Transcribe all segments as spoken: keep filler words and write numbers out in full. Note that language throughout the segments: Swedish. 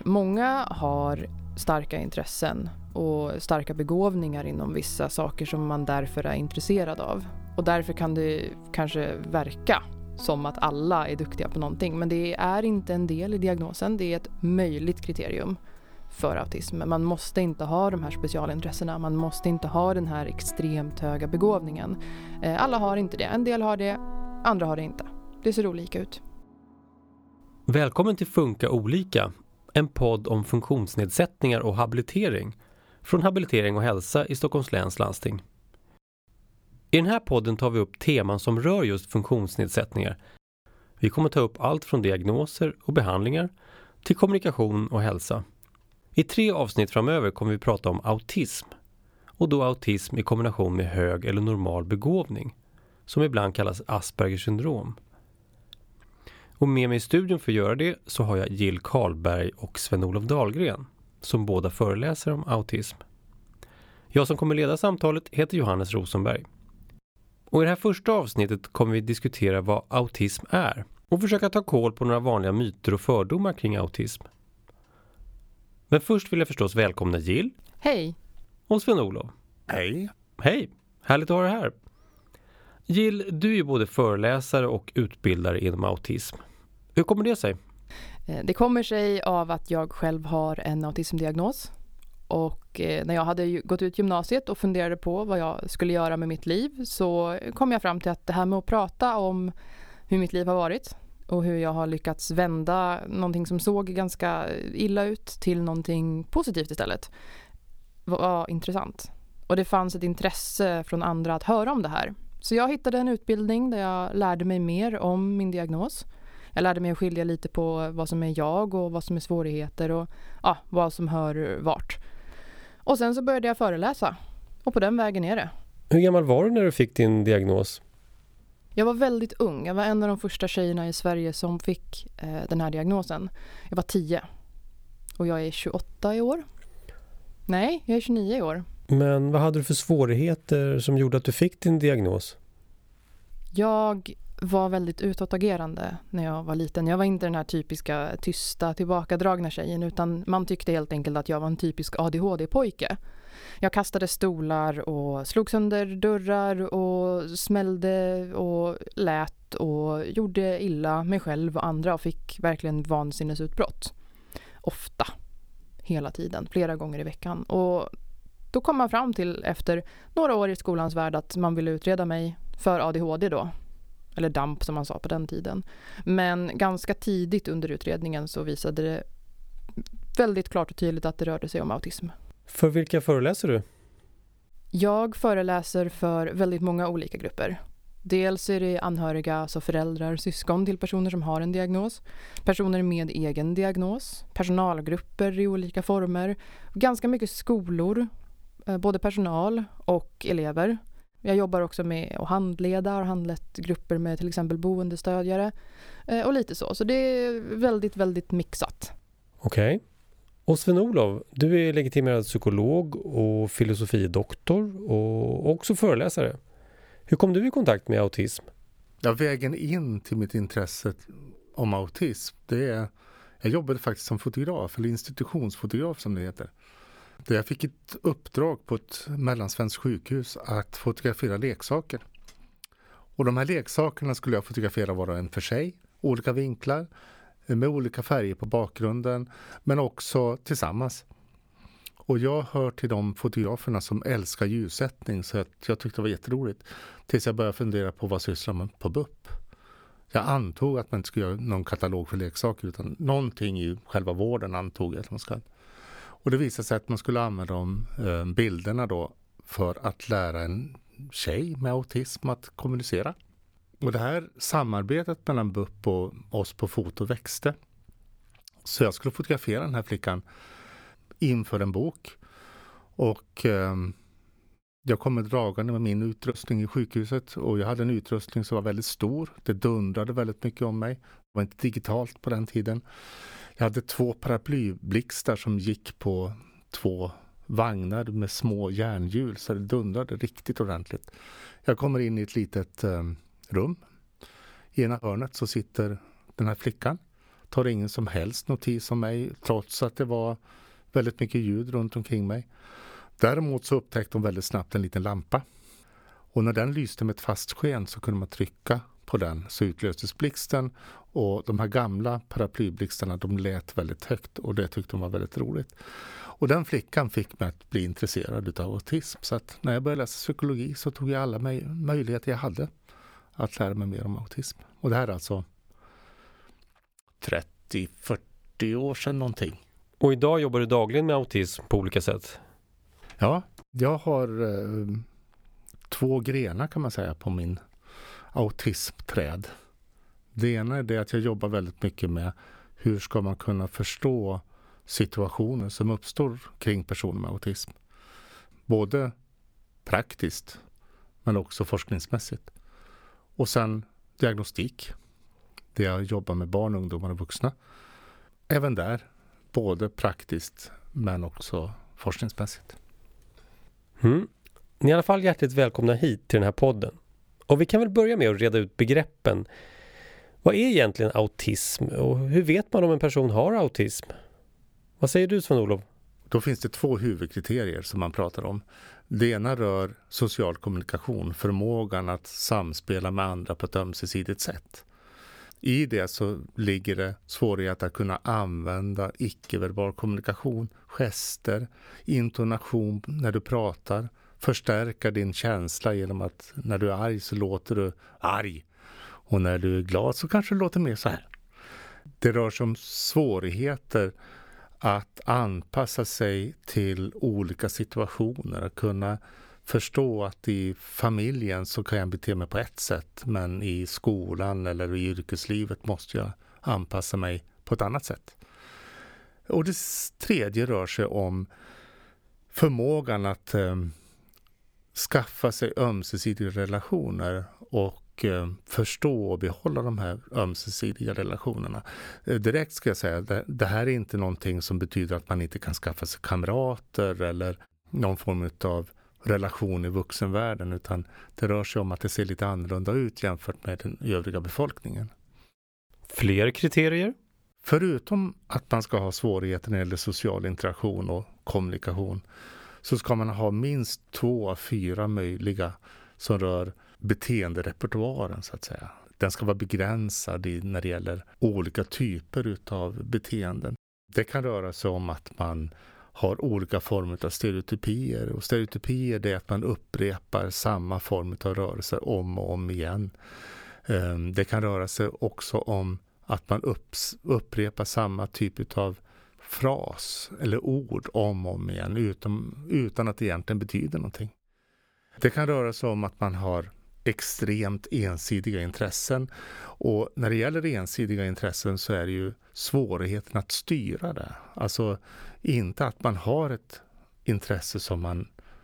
många har starka intressen och starka begåvningar inom vissa saker som man därför är intresserad av. Och därför kan det kanske verka som att alla är duktiga på någonting. Men det är inte en del i diagnosen. Det är ett möjligt kriterium för autism. Man måste inte ha de här specialintressena. Man måste inte ha den här extremt höga begåvningen. Alla har inte det. En del har det, andra har det inte. Det ser olika ut. Välkommen till Funka olika. En podd om funktionsnedsättningar och habilitering. Från Habilitering och hälsa i Stockholms läns landsting. I den här podden tar vi upp teman som rör just funktionsnedsättningar. Vi kommer ta upp allt från diagnoser och behandlingar till kommunikation och hälsa. I tre avsnitt framöver kommer vi prata om autism. Och då autism i kombination med hög eller normal begåvning, som ibland kallas Aspergers syndrom. Och med mig i studion för att göra det så har jag Jill Karlberg och Sven-Olof Dahlgren, som båda föreläser om autism. Jag som kommer leda samtalet heter Johannes Rosenberg. Och i det här första avsnittet kommer vi diskutera vad autism är och försöka ta koll på några vanliga myter och fördomar kring autism. Men först vill jag förstås välkomna Jill. Hej. Och Sven-Olof. Hej. Hej, härligt att ha dig här. Jill, du är ju både föreläsare och utbildare inom autism. Hur kommer det sig? Det kommer sig av att jag själv har en autismdiagnos. Och när jag hade gått ut gymnasiet och funderade på vad jag skulle göra med mitt liv så kom jag fram till att det här med att prata om hur mitt liv har varit och hur jag har lyckats vända någonting som såg ganska illa ut till någonting positivt istället var intressant. Och det fanns ett intresse från andra att höra om det här. Så jag hittade en utbildning där jag lärde mig mer om min diagnos. Jag lärde mig att skilja lite på vad som är jag och vad som är svårigheter och ja, vad som hör vart. Och sen så började jag föreläsa. Och på den vägen är det. Hur gammal var du när du fick din diagnos? Jag var väldigt ung. Jag var en av de första tjejerna i Sverige som fick eh, den här diagnosen. Jag var tio. Och jag är tjugoåtta i år. Nej, jag är tjugonio i år. Men vad hade du för svårigheter som gjorde att du fick din diagnos? Jag var väldigt utåtagerande när jag var liten. Jag var inte den här typiska tysta, tillbakadragna tjejen utan man tyckte helt enkelt att jag var en typisk A D H D-pojke. Jag kastade stolar och slog sönder dörrar och smällde och lät och gjorde illa mig själv och andra och fick verkligen vansinnesutbrott. Ofta. Hela tiden. Flera gånger i veckan. Och då kom man fram till efter några år i skolans värld att man ville utreda mig för A D H D då. Eller D A M P som man sa på den tiden. Men ganska tidigt under utredningen så visade det väldigt klart och tydligt att det rörde sig om autism. För vilka föreläser du? Jag föreläser för väldigt många olika grupper. Dels är det anhöriga, alltså föräldrar, syskon till personer som har en diagnos. Personer med egen diagnos. Personalgrupper i olika former. Ganska mycket skolor. Både personal och elever. Jag jobbar också med att handleda och handlett grupper med till exempel boendestödjare och lite så. Så det är väldigt, väldigt mixat. Okej. Okay. Och Sven-Olof, du är legitimerad psykolog och filosofidoktor och också föreläsare. Hur kom du i kontakt med autism? Ja, vägen in till mitt intresse om autism, det är... Jag jobbade faktiskt som fotograf, eller institutionsfotograf som det heter. Där jag fick ett uppdrag på ett mellansvenskt sjukhus att fotografera leksaker. Och de här leksakerna skulle jag fotografera var och en för sig. Olika vinklar, med olika färger på bakgrunden, men också tillsammans. Och jag hör till de fotograferna som älskar ljussättning så att jag tyckte det var jätteroligt. Tills jag började fundera på vad sysslar man på B U P. Jag antog att man inte skulle göra någon katalog för leksaker utan någonting i själva vården antog jag att man ska. Och det visade sig att man skulle använda de eh, bilderna då för att lära en tjej med autism att kommunicera. Och det här samarbetet mellan B U P och oss på foto växte. Så jag skulle fotografera den här flickan inför en bok. Och eh, jag kom dragande med min utrustning i sjukhuset. Och jag hade en utrustning som var väldigt stor. Det dundrade väldigt mycket om mig. Det var inte digitalt på den tiden. Jag hade två paraplyblixtar som gick på två vagnar med små järnhjul. Så det dundrade riktigt ordentligt. Jag kommer in i ett litet eh, rum. I ena hörnet så sitter den här flickan. tar ingen som helst notis om mig trots att det var väldigt mycket ljud runt omkring mig. Däremot så upptäckte de väldigt snabbt en liten lampa. Och när den lyste med ett fast sken så kunde man trycka på den så utlöstes blixten. Och de här gamla paraplyblixtarna, de lät väldigt högt och det tyckte de var väldigt roligt. Och den flickan fick mig att bli intresserad av autism. Så att när jag började läsa psykologi så tog jag alla möj- möjligheter jag hade att lära mig mer om autism. Och det här är alltså trettio till fyrtio år sedan någonting. Och idag jobbar du dagligen med autism på olika sätt? Ja, jag har eh, två grenar kan man säga på min autismträd. Det ena är det att jag jobbar väldigt mycket med hur ska man kunna förstå situationer som uppstår kring personer med autism. Både praktiskt men också forskningsmässigt. Och sen diagnostik. Där jag jobbar med barn, ungdomar och vuxna. Även där, både praktiskt men också forskningsmässigt. Mm. Ni är i alla fall hjärtligt välkomna hit till den här podden. Och vi kan väl börja med att reda ut begreppen. Vad är egentligen autism och hur vet man om en person har autism? Vad säger du, Sven-Olof? Då finns det två huvudkriterier som man pratar om. Det ena rör social kommunikation, förmågan att samspela med andra på ett ömsesidigt sätt. I det så ligger det svårighet att kunna använda icke-verbal kommunikation, gester, intonation när du pratar, förstärka din känsla genom att när du är arg så låter du arg och när du är glad så kanske det låter mer så här. Det rör sig om svårigheter att anpassa sig till olika situationer, att kunna förstå att i familjen så kan jag bete mig på ett sätt men i skolan eller i yrkeslivet måste jag anpassa mig på ett annat sätt. Och det tredje rör sig om förmågan att eh, skaffa sig ömsesidiga relationer och eh, förstå och behålla de här ömsesidiga relationerna. Eh, direkt ska jag säga, det, det här är inte någonting som betyder att man inte kan skaffa sig kamrater eller någon form av relation i vuxenvärlden, utan det rör sig om att det ser lite annorlunda ut jämfört med den övriga befolkningen. Fler kriterier? Förutom att man ska ha svårigheter när det gäller social interaktion och kommunikation så ska man ha minst två av fyra möjliga som rör beteenderepertoaren så att säga. Den ska vara begränsad i, när det gäller olika typer av beteenden. Det kan röra sig om att man har olika former av stereotypier. Och stereotypier är att man upprepar samma form av rörelser om och om igen. Det kan röra sig också om att man upps, upprepar samma typ av fras eller ord om och om igen utan, utan att det egentligen betyder någonting. Det kan röra sig om att man har extremt ensidiga intressen. Och när det gäller ensidiga intressen så är det ju svårigheten att styra det. Alltså inte att man har ett intresse som man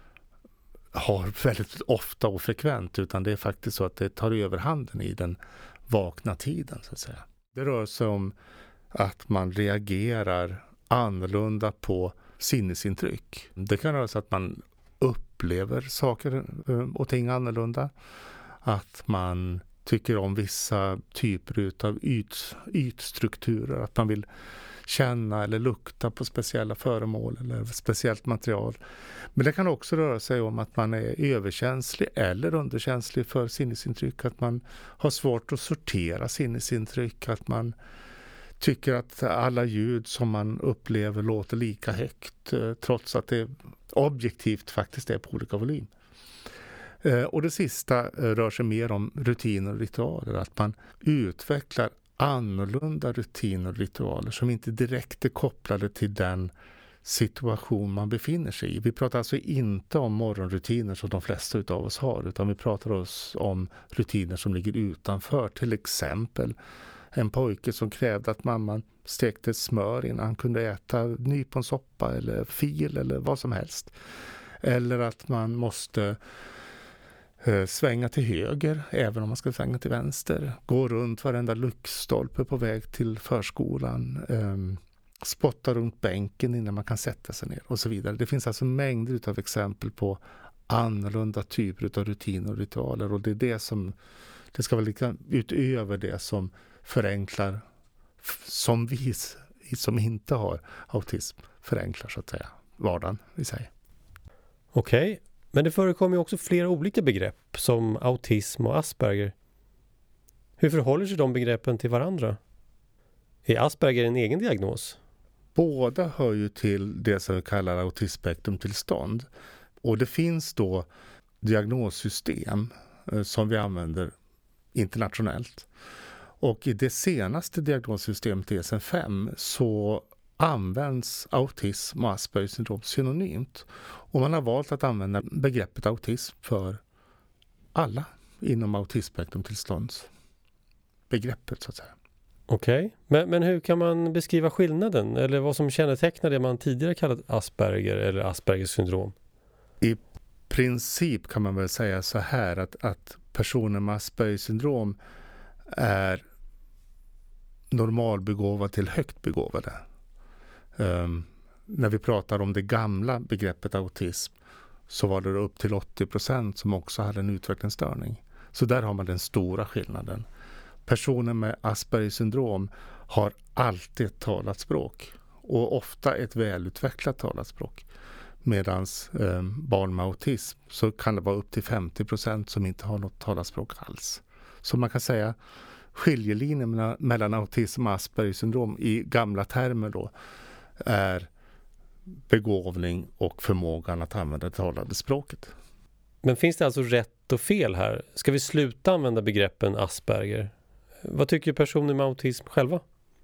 har väldigt ofta och frekvent, utan det är faktiskt så att det tar överhanden i den vakna tiden så att säga. Det rör sig om att man reagerar annorlunda på sinnesintryck. Det kan röra sig att man upplever saker och ting annorlunda. Att man tycker om vissa typer av yt, ytstrukturer. Att man vill känna eller lukta på speciella föremål eller speciellt material. Men det kan också röra sig om att man är överkänslig eller underkänslig för sinnesintryck. Att man har svårt att sortera sinnesintryck. Att man tycker att alla ljud som man upplever låter lika högt trots att det objektivt faktiskt är på olika volym. Och det sista rör sig mer om rutiner och ritualer. Att man utvecklar annorlunda rutiner och ritualer som inte direkt är kopplade till den situation man befinner sig i. Vi pratar alltså inte om morgonrutiner som de flesta av oss har, utan vi pratar oss om rutiner som ligger utanför. Till exempel en pojke som krävde att mamman stekte smör innan han kunde äta nyponsoppa eller fil eller vad som helst. Eller att man måste eh, svänga till höger även om man ska svänga till vänster. Gå runt varenda lyktstolpe på väg till förskolan. Eh, spotta runt bänken innan man kan sätta sig ner och så vidare. Det finns alltså mängder av exempel på annorlunda typer av rutiner och ritualer, och det är det som det ska vara lika utöver det som förenklar som vi som inte har autism förenklar så att säga vardagen i sig. Okej, okay. Men det förekommer ju också flera olika begrepp som autism och Asperger. Hur förhåller sig de begreppen till varandra? Är Asperger en egen diagnos? Båda hör ju till det som vi kallar autismspektrumtillstånd. Och det finns då diagnossystem eh, som vi använder internationellt. Och i det senaste diagnossystemet D S M fem så används autism och Asperger syndrom synonymt. Och man har valt att använda begreppet autism för alla inom autismspektrumtillståndsbegreppet så att säga. Okej, okay. men, men hur kan man beskriva skillnaden eller vad som kännetecknar det man tidigare kallat Asperger eller Aspergers syndrom? I princip kan man väl säga så här att, att personer med Aspergers syndrom är normalbegåvade till högt begåvade. Um, när vi pratar om det gamla begreppet autism så var det upp till åttio procent som också hade en utvecklingsstörning. Så där har man den stora skillnaden. Personer med Aspergers syndrom har alltid ett talat språk och ofta ett välutvecklat talat språk. Medan eh, barn med autism så kan det vara upp till femtio procent som inte har något talat språk alls. Så man kan säga skiljelinjen mellan, mellan autism och Aspergers syndrom i gamla termer då är begåvning och förmågan att använda det talade språket. Men finns det alltså rätt och fel här? Ska vi sluta använda begreppen Asperger? Vad tycker personer med autism själva?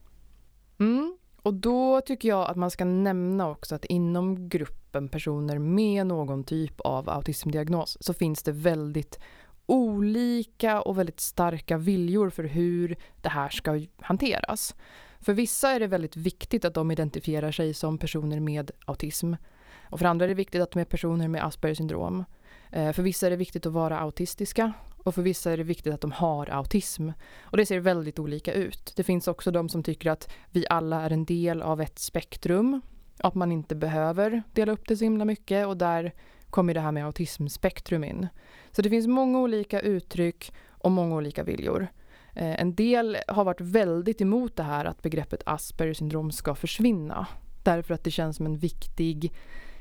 Mm, och då tycker jag att man ska nämna också att inom gruppen personer med någon typ av autismdiagnos så finns det väldigt olika och väldigt starka viljor för hur det här ska hanteras. För vissa är det väldigt viktigt att de identifierar sig som personer med autism. Och för andra är det viktigt att de är personer med Aspergers syndrom. För vissa är det viktigt att vara autistiska och för vissa är det viktigt att de har autism. Och det ser väldigt olika ut. Det finns också de som tycker att vi alla är en del av ett spektrum. Att man inte behöver dela upp det så himla mycket och där kommer det här med autismspektrum in. Så det finns många olika uttryck och många olika viljor. En del har varit väldigt emot det här att begreppet Aspergers syndrom ska försvinna. Därför att det känns som en viktig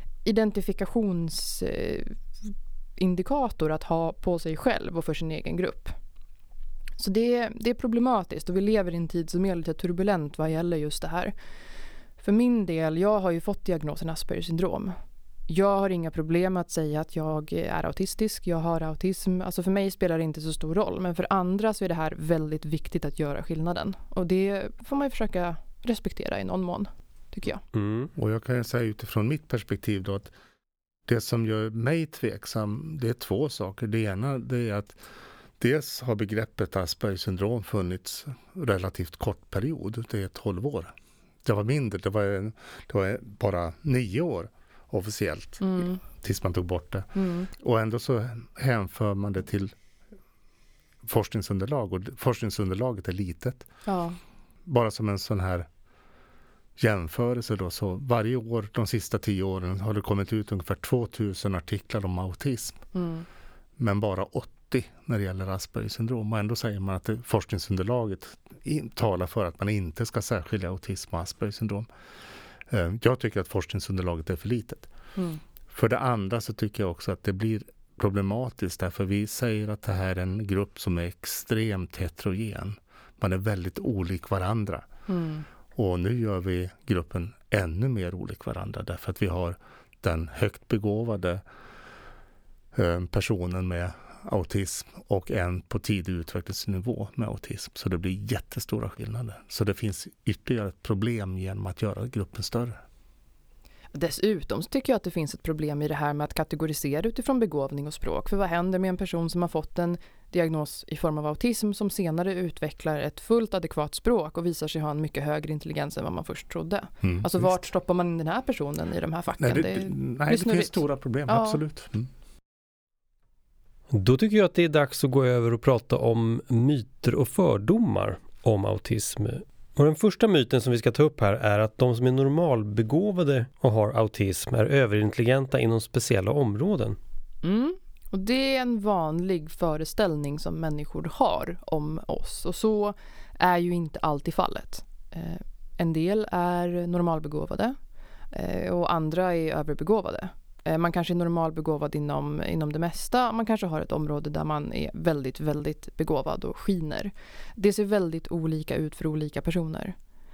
identifikationsindikator att ha på sig själv och för sin egen grupp. Så det, det är problematiskt och vi lever i en tid som är lite turbulent vad gäller just det här. För min del, jag har ju fått diagnosen Aspergers syndrom. Jag har inga problem att säga att jag är autistisk, jag har autism. Alltså för mig spelar det inte så stor roll. Men för andra så är det här väldigt viktigt att göra skillnaden. Och det får man ju försöka respektera i någon mån, tycker jag. Mm. Och jag kan säga utifrån mitt perspektiv då att det som gör mig tveksam, det är två saker. Det ena det är att dels har begreppet Aspergers syndrom funnits relativt kort period. Det är tolv år. Det var mindre, det var, det var bara nio år. Officiellt, mm. tills man tog bort det. Mm. Och ändå så hänför man det till forskningsunderlag och forskningsunderlaget är litet. Ja. Bara som en sån här jämförelse då, så varje år de sista tio åren har det kommit ut ungefär tvåtusen artiklar om autism. Mm. Men bara åttio när det gäller Aspergers syndrom. Och ändå säger man att det, forskningsunderlaget in, talar för att man inte ska särskilja autism och Aspergers syndrom. Jag tycker att forskningsunderlaget är för litet. Mm. För det andra så tycker jag också att det blir problematiskt därför vi säger att det här är en grupp som är extremt heterogen. Man är väldigt olik varandra. Mm. Och nu gör vi gruppen ännu mer olik varandra därför att vi har den högt begåvade personen med autism och en på tidig utvecklingsnivå med autism. Så det blir jättestora skillnader. Så det finns ytterligare ett problem genom att göra gruppen större. Dessutom så tycker jag att det finns ett problem i det här med att kategorisera utifrån begåvning och språk. För vad händer med en person som har fått en diagnos i form av autism som senare utvecklar ett fullt adekvat språk och visar sig ha en mycket högre intelligens än vad man först trodde? Mm, alltså vart stoppar man den här personen i de här facken? Nej, det, det, nej, det finns stora problem, ja. Absolut. Mm. Då tycker jag att det är dags att gå över och prata om myter och fördomar om autism. Och den första myten som vi ska ta upp här är att de som är normalbegåvade och har autism är överintelligenta inom speciella områden. Mm. Och det är en vanlig föreställning som människor har om oss. Och så är ju inte alltid fallet. Eh, en del är normalbegåvade eh, och andra är överbegåvade. Eh, man kanske är normalbegåvad inom, inom det mesta. Man kanske har ett område där man är väldigt, väldigt begåvad och skiner. Det ser väldigt olika ut för olika personer.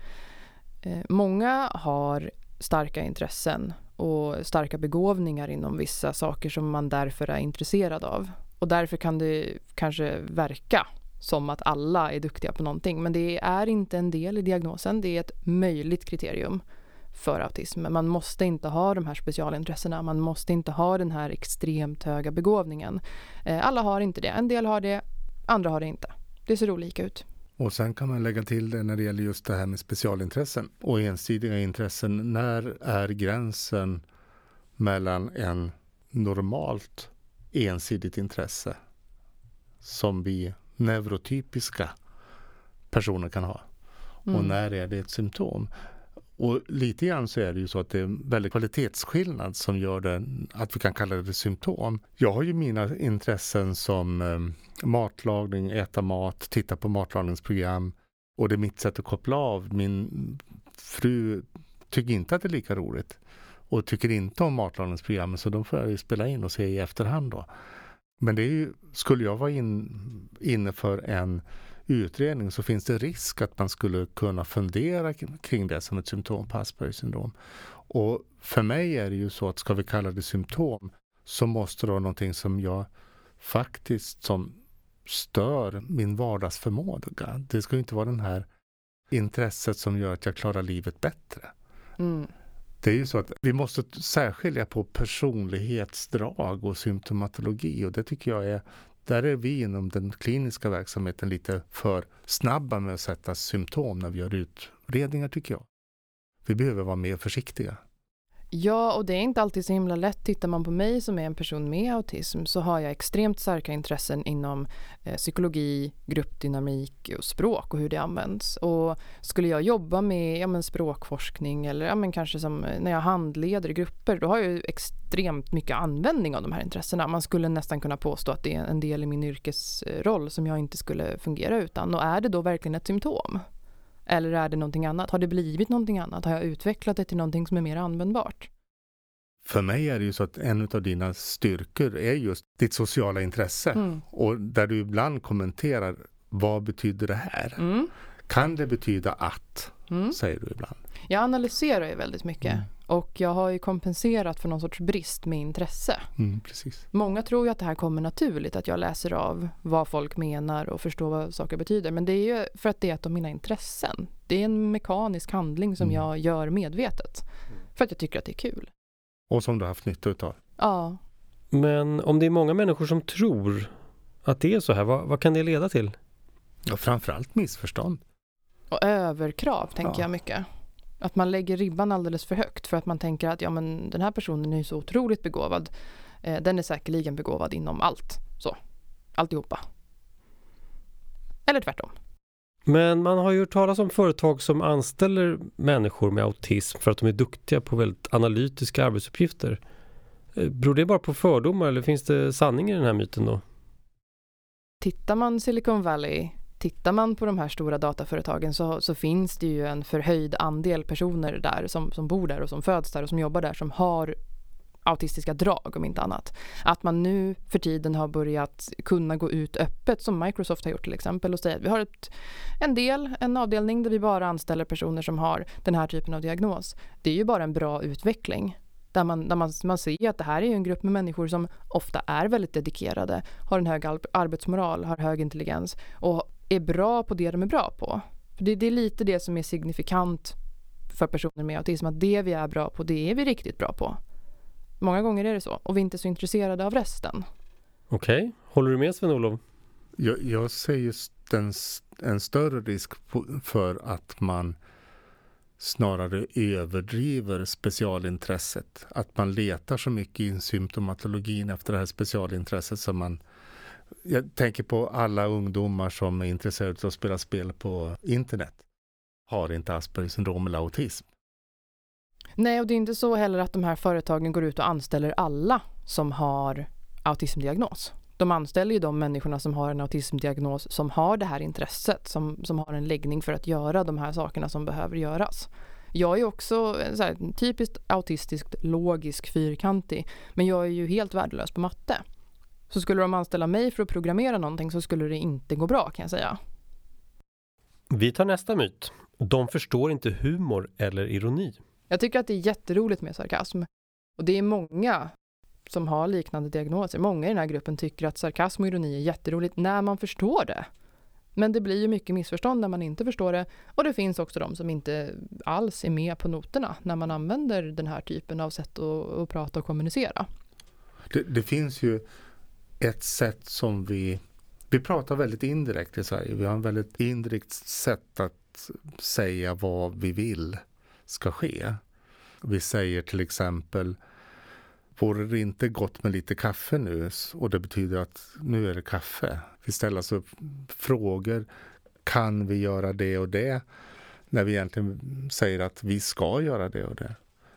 Eh, många har starka intressen och starka begåvningar inom vissa saker som man därför är intresserad av. Och därför kan det kanske verka som att alla är duktiga på någonting. Men det är inte en del i diagnosen. Det är ett möjligt kriterium för autism. Man måste inte ha de här specialintressena. Man måste inte ha den här extremt höga begåvningen. Alla har inte det. En del har det, andra har det inte. Det ser olika ut. Och sen kan man lägga till det när det gäller just det här med specialintressen och ensidiga intressen. När är gränsen mellan en normalt ensidigt intresse som vi neurotypiska personer kan ha? Mm. Och när är det ett symptom? Och lite grann så är det ju så att det är en väldigt kvalitetsskillnad som gör det att vi kan kalla det symptom. Jag har ju mina intressen som eh, matlagning, äta mat, titta på matlagningsprogram, och det är mitt sätt att koppla av. Min fru tycker inte att det är lika roligt och tycker inte om matlagningsprogrammen, så de får jag ju spela in och se i efterhand då. Men det är ju, skulle jag vara in, inne för en utredning så finns det risk att man skulle kunna fundera kring det som ett symptom på Aspergers syndrom. Och för mig är det ju så att ska vi kalla det symptom så måste det vara någonting som jag faktiskt som stör min vardagsförmåga. Det ska ju inte vara den här intresset som gör att jag klarar livet bättre. Mm. Det är ju så att vi måste särskilja på personlighetsdrag och symptomatologi, och det tycker jag är, där är vi inom den kliniska verksamheten lite för snabba med att sätta symptom när vi gör utredningar, tycker jag. Vi behöver vara mer försiktiga. Ja, och det är inte alltid så himla lätt. Tittar man på mig som är en person med autism så har jag extremt starka intressen inom eh, psykologi, gruppdynamik och språk och hur det används. Och skulle jag jobba med ja, men språkforskning eller ja, men kanske som när jag handleder grupper, då har jag ju extremt mycket användning av de här intressena. Man skulle nästan kunna påstå att det är en del i min yrkesroll som jag inte skulle fungera utan. Och är det då verkligen ett symptom? Eller är det någonting annat? Har det blivit någonting annat? Har jag utvecklat det till någonting som är mer användbart? För mig är det ju så att en av dina styrkor är just ditt sociala intresse. Mm. Och där du ibland kommenterar, vad betyder det här? Mm. Kan det betyda att, mm. säger du ibland. Jag analyserar ju väldigt mycket. Mm. Och jag har ju kompenserat för någon sorts brist med intresse. Mm, precis. Många tror ju att det här kommer naturligt, att jag läser av vad folk menar och förstår vad saker betyder. Men det är ju för att det är ett av mina intressen. Det är en mekanisk handling som mm. jag gör medvetet. För att jag tycker att det är kul. Och som du har haft nytta utav. Ja. Men om det är många människor som tror att det är så här, vad, vad kan det leda till? Ja, framförallt missförstånd. Och överkrav tänker ja. jag mycket. Att man lägger ribban alldeles för högt för att man tänker att ja, men den här personen är ju så otroligt begåvad. Eh, den är säkerligen begåvad inom allt. Så, alltihopa. Eller tvärtom. Men man har ju hört talas om företag som anställer människor med autism för att de är duktiga på väldigt analytiska arbetsuppgifter. Eh, beror det bara på fördomar eller finns det sanning i den här myten då? Tittar man Silicon Valley... Tittar man på de här stora dataföretagen så, så finns det ju en förhöjd andel personer där som, som bor där och som föds där och som jobbar där som har autistiska drag om inte annat. Att man nu för tiden har börjat kunna gå ut öppet som Microsoft har gjort till exempel och säga att vi har ett, en del, en avdelning där vi bara anställer personer som har den här typen av diagnos. Det är ju bara en bra utveckling. Där man, där man, man ser att det här är en grupp med människor som ofta är väldigt dedikerade, har en hög arbetsmoral, har hög intelligens och är bra på det de är bra på. För det, det är lite det som är signifikant för personer med autism, att det vi är bra på, det är vi riktigt bra på. Många gånger är det så, och vi är inte så intresserade av resten. Okej, okay. Håller du med Sven-Olof? Jag, jag ser just en, en större risk på, för att man snarare överdriver specialintresset. Att man letar så mycket i symptomatologin efter det här specialintresset som man... Jag tänker på alla ungdomar som är intresserade av att spela spel på internet. Har inte Aspergers syndrom eller autism. Nej, och det är inte så heller att de här företagen går ut och anställer alla som har autismdiagnos. De anställer ju de människorna som har en autismdiagnos som har det här intresset, som, som har en läggning för att göra de här sakerna som behöver göras. Jag är också så här, typiskt autistiskt logisk fyrkantig, men jag är ju helt värdelös på matte. Så skulle de anställa mig för att programmera någonting så skulle det inte gå bra, kan jag säga. Vi tar nästa myt. De förstår inte humor eller ironi. Jag tycker att det är jätteroligt med sarkasm. Och det är många som har liknande diagnoser. Många i den här gruppen tycker att sarkasm och ironi är jätteroligt när man förstår det. Men det blir ju mycket missförstånd när man inte förstår det. Och det finns också de som inte alls är med på noterna när man använder den här typen av sätt att, att prata och kommunicera. Det, det finns ju ett sätt som vi... Vi pratar väldigt indirekt i Sverige. Vi har en väldigt indirekt sätt att säga vad vi vill ska ske. Vi säger till exempel, vore det inte gott med lite kaffe nu? Och det betyder att nu är det kaffe. Vi ställer oss upp frågor. Kan vi göra det och det? När vi egentligen säger att vi ska göra det och det.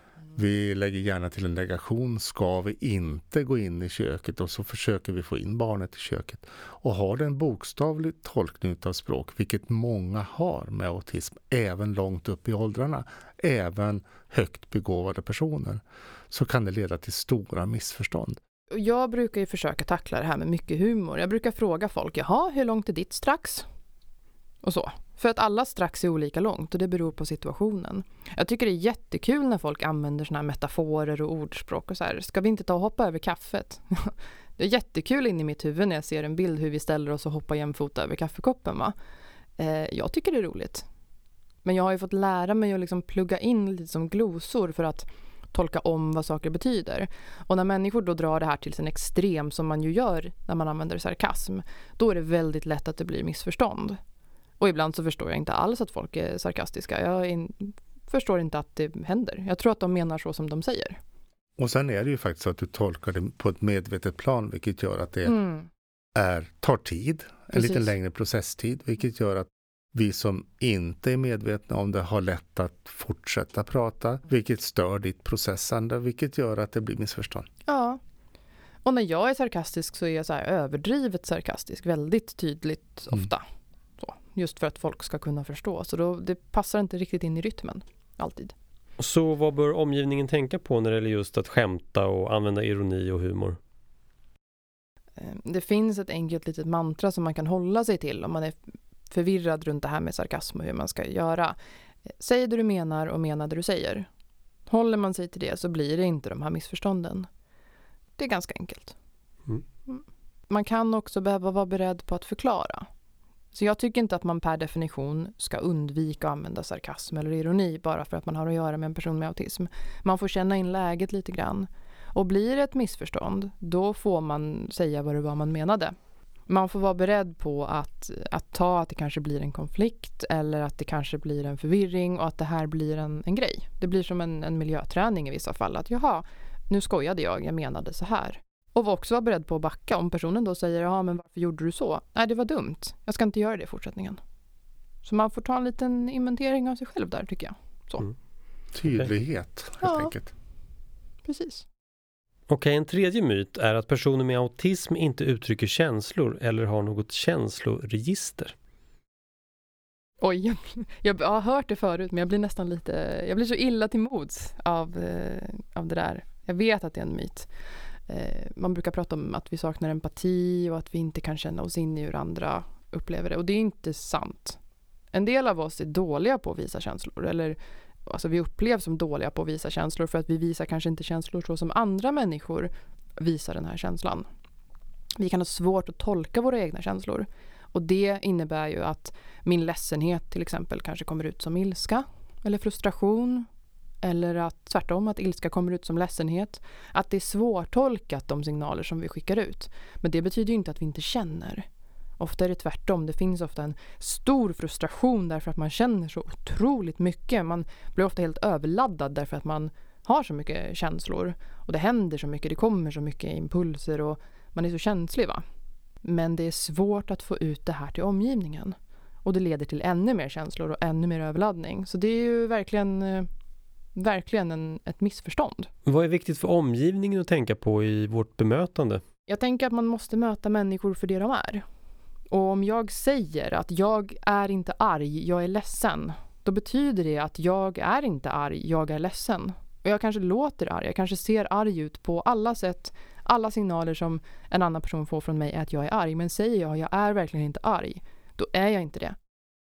Vi lägger gärna till en negation. Ska vi inte gå in i köket? Och så försöker vi få in barnet i köket. Och har det en bokstavlig tolkning av språk, vilket många har med autism, även långt upp i åldrarna, även högt begåvade personer, så kan det leda till stora missförstånd. Jag brukar ju försöka tackla det här med mycket humor. Jag brukar fråga folk, jaha, hur långt är ditt strax? Och så. För att alla strax är olika långt och det beror på situationen. Jag tycker det är jättekul när folk använder såna här metaforer och ordspråk och så här. Ska vi inte ta och hoppa över kaffet? Det är jättekul in i mitt huvud när jag ser en bild hur vi ställer oss och hoppar jämfota över kaffekoppen, va? Eh, jag tycker det är roligt. Men jag har ju fått lära mig att liksom plugga in lite som glosor för att tolka om vad saker betyder. Och när människor då drar det här till sin extrem, som man ju gör när man använder sarkasm, då är det väldigt lätt att det blir missförstånd. Och ibland så förstår jag inte alls att folk är sarkastiska. Jag in, förstår inte att det händer. Jag tror att de menar så som de säger. Och sen är det ju faktiskt så att du tolkar det på ett medvetet plan, vilket gör att det Mm. är, tar tid. En Precis. lite längre processtid, vilket gör att vi som inte är medvetna om det har lätt att fortsätta prata, vilket stör ditt processande, vilket gör att det blir missförstånd. Ja. Och när jag är sarkastisk så är jag så här överdrivet sarkastisk. Väldigt tydligt ofta. Mm. Så, just för att folk ska kunna förstå. Så då, det passar inte riktigt in i rytmen. Alltid. Så vad bör omgivningen tänka på när det gäller just att skämta och använda ironi och humor? Det finns ett enkelt litet mantra som man kan hålla sig till om man är förvirrad runt det här med sarkasm och hur man ska göra. Säg det du menar och mena det du säger. Håller man sig till det så blir det inte de här missförstånden. Det är ganska enkelt. Mm. Man kan också behöva vara beredd på att förklara. Så jag tycker inte att man per definition ska undvika att använda sarkasm eller ironi bara för att man har att göra med en person med autism. Man får känna in läget lite grann. Och blir det ett missförstånd, då får man säga vad det var man menade. Man får vara beredd på att, att ta att det kanske blir en konflikt eller att det kanske blir en förvirring och att det här blir en, en grej. Det blir som en, en miljöträning i vissa fall. Att jaha, nu skojade jag, jag menade så här. Och var också vara beredd på att backa. Om personen då säger, ja men varför gjorde du så? Nej, det var dumt. Jag ska inte göra det i fortsättningen. Så man får ta en liten inventering av sig själv där, tycker jag. Så. Mm. Tydlighet, helt ja, enkelt. Precis. Okej, en tredje myt är att personer med autism inte uttrycker känslor eller har något känsloregister. Oj, jag, jag, jag har hört det förut men jag blir nästan lite, jag blir så illa till mods av, eh, av det där. Jag vet att det är en myt. Eh, man brukar prata om att vi saknar empati och att vi inte kan känna oss in i hur andra upplever det. Och det är inte sant. En del av oss är dåliga på att visa känslor eller alltså vi upplevs som dåliga på att visa känslor för att vi visar kanske inte känslor så som andra människor visar den här känslan. Vi kan ha svårt att tolka våra egna känslor. Och det innebär ju att min ledsenhet till exempel kanske kommer ut som ilska eller frustration. Eller att tvärtom att ilska kommer ut som ledsenhet. Att det är svårtolkat de signaler som vi skickar ut. Men det betyder ju inte att vi inte känner. Ofta är det tvärtom. Det finns ofta en stor frustration därför att man känner så otroligt mycket. Man blir ofta helt överladdad därför att man har så mycket känslor. Och det händer så mycket, det kommer så mycket impulser och man är så känslig, va? Men det är svårt att få ut det här till omgivningen. Och det leder till ännu mer känslor och ännu mer överladdning. Så det är ju verkligen, verkligen en, ett missförstånd. Vad är viktigt för omgivningen att tänka på i vårt bemötande? Jag tänker att man måste möta människor för det de är. Och om jag säger att jag är inte arg, jag är ledsen, då betyder det att jag är inte arg, jag är ledsen. Och jag kanske låter arg, jag kanske ser arg ut på alla sätt. Alla signaler som en annan person får från mig är att jag är arg. Men säger jag att jag är verkligen inte arg, då är jag inte det.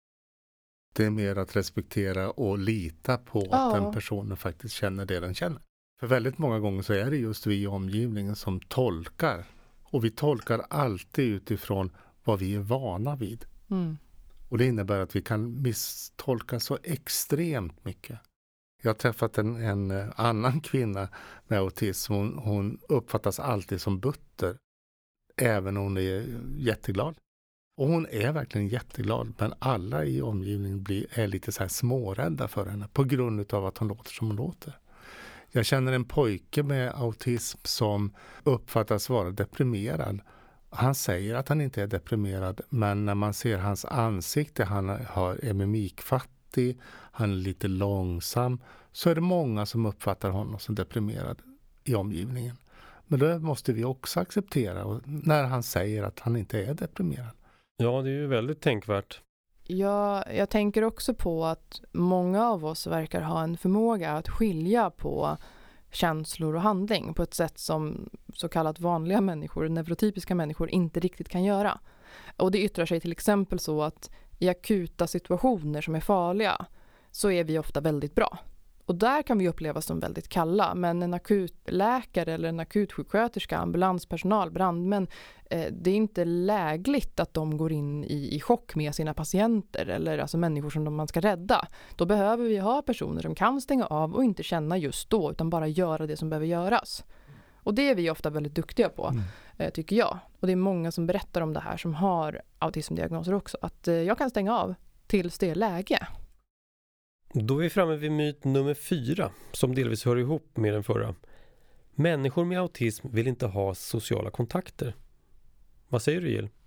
Det är mer att respektera och lita på Ja. att den personen faktiskt känner det den känner. För väldigt många gånger så är det just vi i omgivningen som tolkar. Och vi tolkar alltid utifrån vad vi är vana vid. Mm. Och det innebär att vi kan misstolka så extremt mycket. Jag har träffat en, en annan kvinna med autism. Hon, hon uppfattas alltid som butter. Även om hon är jätteglad. Och hon är verkligen jätteglad. Men alla i omgivningen blir, är lite så här smårädda för henne. På grund av att hon låter som hon låter. Jag känner en pojke med autism som uppfattas vara deprimerad. Han säger att han inte är deprimerad. Men när man ser hans ansikte, han har, är mimikfattig, han är lite långsam. Så är det många som uppfattar honom som deprimerad i omgivningen. Men det måste vi också acceptera och när han säger att han inte är deprimerad. Ja, det är ju väldigt tänkvärt. Ja, jag tänker också på att många av oss verkar ha en förmåga att skilja på känslor och handling på ett sätt som så kallat vanliga människor, neurotypiska människor, inte riktigt kan göra. Och det yttrar sig till exempel så att i akuta situationer som är farliga så är vi ofta väldigt bra. Och där kan vi upplevas som väldigt kalla. Men en akutläkare eller en akutsjuksköterska, ambulanspersonal, brandmän, eh, det är inte lägligt att de går in i, i chock med sina patienter eller alltså människor som de, man ska rädda. Då behöver vi ha personer som kan stänga av och inte känna just då utan bara göra det som behöver göras. Och det är vi ofta väldigt duktiga på, mm. eh, tycker jag. Och det är många som berättar om det här som har autismdiagnoser också. Att eh, jag kan stänga av tills det är läge. Då är vi framme vid myt nummer fyra som delvis hör ihop med den förra. Människor med autism vill inte ha sociala kontakter. Vad säger du, Jill?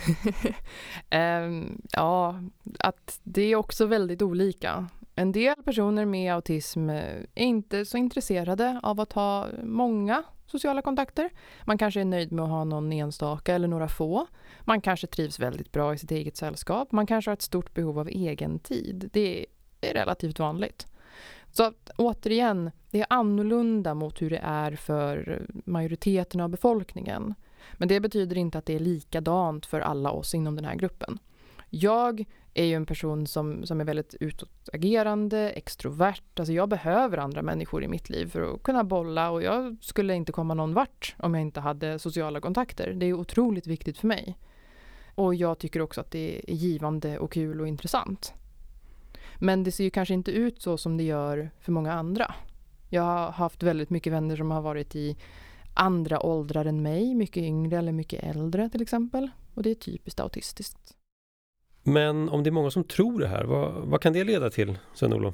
um, ja, att det är också väldigt olika. En del personer med autism är inte så intresserade av att ha många sociala kontakter. Man kanske är nöjd med att ha någon enstaka eller några få. Man kanske trivs väldigt bra i sitt eget sällskap. Man kanske har ett stort behov av egen tid. Det är Det är relativt vanligt. Så att, återigen, det är annorlunda mot hur det är för majoriteten av befolkningen. Men det betyder inte att det är likadant för alla oss inom den här gruppen. Jag är ju en person som, som är väldigt utåtagerande, extrovert. Alltså jag behöver andra människor i mitt liv för att kunna bolla. Och jag skulle inte komma någon vart om jag inte hade sociala kontakter. Det är otroligt viktigt för mig. Och jag tycker också att det är givande och kul och intressant. Men det ser ju kanske inte ut så som det gör för många andra. Jag har haft väldigt mycket vänner som har varit i andra åldrar än mig. Mycket yngre eller mycket äldre till exempel. Och det är typiskt autistiskt. Men om det är många som tror det här, vad, vad kan det leda till, Sven-Olof?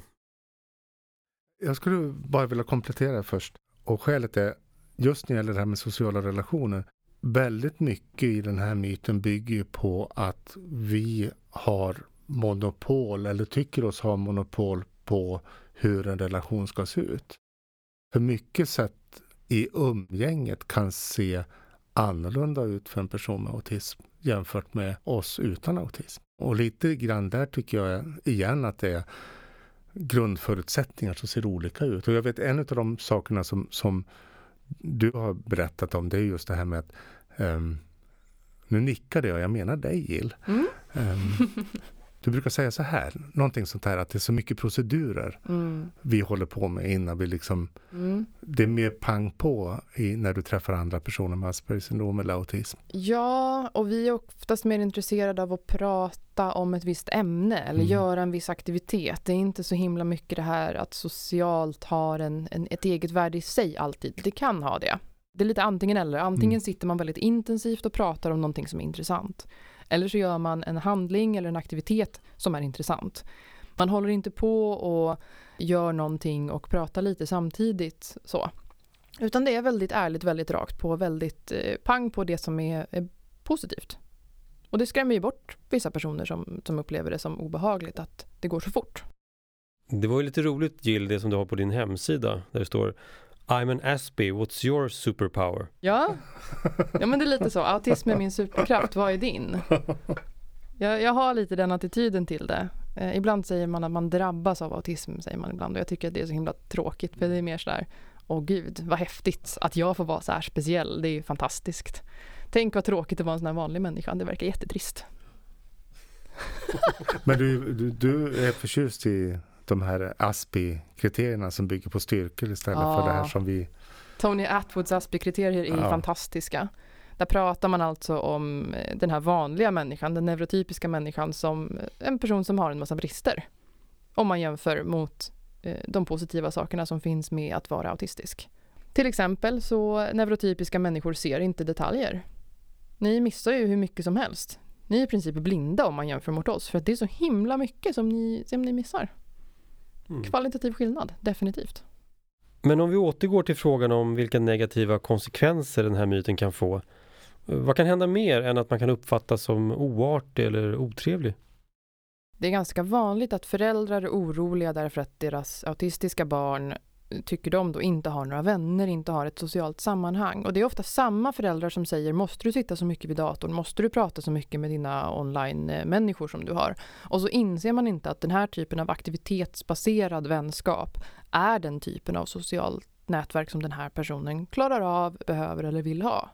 Jag skulle bara vilja komplettera först. Och skälet är, just när det gäller det här med sociala relationer, väldigt mycket i den här myten bygger på att vi har monopol eller tycker oss ha monopol på hur en relation ska se ut. För mycket sätt i umgänget kan se annorlunda ut för en person med autism jämfört med oss utan autism. Och lite grann där tycker jag igen att det är grundförutsättningar som ser olika ut. Och jag vet en av de sakerna som, som du har berättat om, det är just det här med att um, nu nickade jag, jag menar dig, Jill. Mm. Um, Du brukar säga så här, någonting sånt här att det är så mycket procedurer mm. vi håller på med innan vi liksom, mm. det är mer pang på i, när du träffar andra personer med Aspergers syndrom eller autism. Ja, och vi är oftast mer intresserade av att prata om ett visst ämne eller mm. göra en viss aktivitet. Det är inte så himla mycket det här att socialt har en, en, ett eget värde i sig alltid. Det kan ha det. Det är lite antingen eller. Antingen mm. sitter man väldigt intensivt och pratar om någonting som är intressant. Eller så gör man en handling eller en aktivitet som är intressant. Man håller inte på och gör någonting och pratar lite samtidigt så. Utan det är väldigt ärligt, väldigt rakt på, väldigt eh, pang på det som är, är positivt. Och det skrämmer ju bort vissa personer som, som upplever det som obehagligt att det går så fort. Det var ju lite roligt, Jill, det som du har på din hemsida där det står: I'm an Aspie, what's your superpower? Ja, ja men det är lite så. Autism är min superkraft, vad är din? Jag, jag har lite den attityden till det. Eh, ibland säger man att man drabbas av autism, säger man ibland. Och jag tycker att det är så himla tråkigt, för det är mer sådär, åh gud, vad häftigt att jag får vara så här speciell. Det är ju fantastiskt. Tänk vad tråkigt att vara en sån här vanlig människa. Det verkar jättetrist. Men du, du, du är förtjust i de här Aspie-kriterierna som bygger på styrkor istället ja. för det här som vi... Tony Attwoods Aspie-kriterier är ja. fantastiska. Där pratar man alltså om den här vanliga människan, den neurotypiska människan, som en person som har en massa brister. Om man jämför mot eh, de positiva sakerna som finns med att vara autistisk. Till exempel så neurotypiska människor ser inte detaljer. Ni missar ju hur mycket som helst. Ni är i princip blinda om man jämför mot oss, för att det är så himla mycket som ni, som ni missar. Mm. Kvalitativ skillnad, definitivt. Men om vi återgår till frågan om vilka negativa konsekvenser den här myten kan få. Vad kan hända mer än att man kan uppfattas som oartig eller otrevlig? Det är ganska vanligt att föräldrar är oroliga därför att deras autistiska barn, tycker de då, inte har några vänner, inte har ett socialt sammanhang. Och det är ofta samma föräldrar som säger, måste du sitta så mycket vid datorn? Måste du prata så mycket med dina online-människor som du har? Och så inser man inte att den här typen av aktivitetsbaserad vänskap är den typen av socialt nätverk som den här personen klarar av, behöver eller vill ha.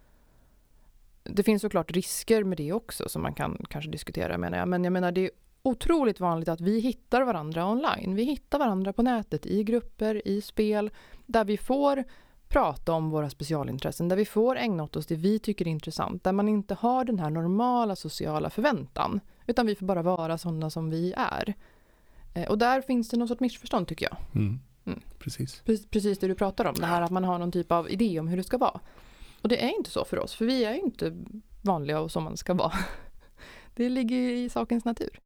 Det finns såklart risker med det också som man kan kanske diskutera, menar jag. Men jag menar, det är otroligt vanligt att vi hittar varandra online. Vi hittar varandra på nätet, i grupper, i spel, där vi får prata om våra specialintressen, där vi får ägna åt oss det vi tycker är intressant, där man inte har den här normala sociala förväntan, utan vi får bara vara sådana som vi är. Och där finns det något sorts missförstånd, tycker jag. Mm. Mm. Precis. Precis det du pratar om, det här att man har någon typ av idé om hur det ska vara. Och det är inte så för oss, för vi är ju inte vanliga och som man ska vara. Det ligger i sakens natur.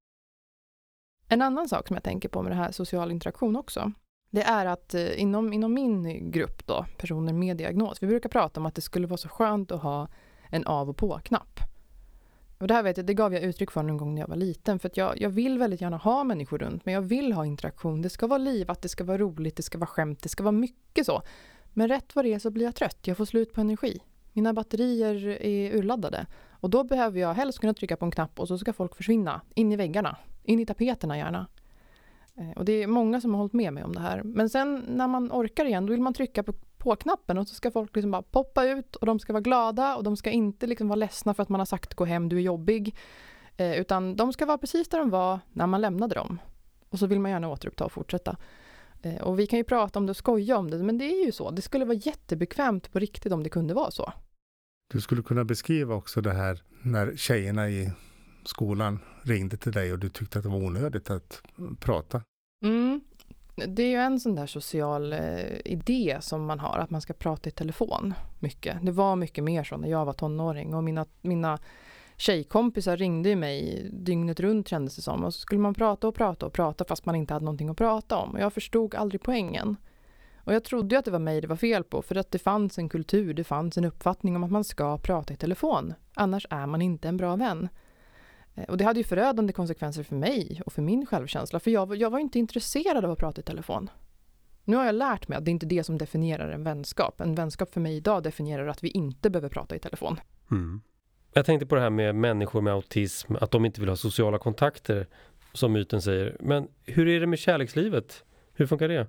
En annan sak som jag tänker på med det här social interaktion också, det är att eh, inom, inom min grupp då, personer med diagnos, vi brukar prata om att det skulle vara så skönt att ha en av- och på-knapp. Och det här vet jag, det gav jag uttryck för någon gång när jag var liten, för att jag, jag vill väldigt gärna ha människor runt, men jag vill ha interaktion. Det ska vara livat, det ska vara roligt, det ska vara skämt, det ska vara mycket så. Men rätt vad det är så blir jag trött, jag får slut på energi. Mina batterier är urladdade. Och då behöver jag helst kunna trycka på en knapp och så ska folk försvinna in i väggarna. In i tapeterna gärna. Och det är många som har hållit med mig om det här. Men sen när man orkar igen, då vill man trycka på, på knappen och så ska folk liksom bara poppa ut och de ska vara glada och de ska inte liksom vara ledsna för att man har sagt gå hem, du är jobbig. Eh, utan de ska vara precis där de var när man lämnade dem. Och så vill man gärna återuppta och fortsätta. Eh, och vi kan ju prata om det och skoja om det, men det är ju så. Det skulle vara jättebekvämt på riktigt om det kunde vara så. Du skulle kunna beskriva också det här när tjejerna i skolan ringde till dig och du tyckte att det var onödigt att prata. Mm. Det är ju en sån där social eh, idé som man har, att man ska prata i telefon mycket. Det var mycket mer så när jag var tonåring och mina, mina tjejkompisar ringde ju mig dygnet runt, kändes det som. Och så skulle man prata och prata och prata fast man inte hade någonting att prata om. Och jag förstod aldrig poängen. Och jag trodde ju att det var mig det var fel på, för att det fanns en kultur, det fanns en uppfattning om att man ska prata i telefon. Annars är man inte en bra vän. Och det hade ju förödande konsekvenser för mig och för min självkänsla, för jag, jag var inte intresserad av att prata i telefon. Nu har jag lärt mig att det inte är det som definierar en vänskap. En vänskap för mig idag definierar att vi inte behöver prata i telefon. Mm. Jag tänkte på det här med människor med autism, att de inte vill ha sociala kontakter, som myten säger. Men hur är det med kärlekslivet? Hur funkar det?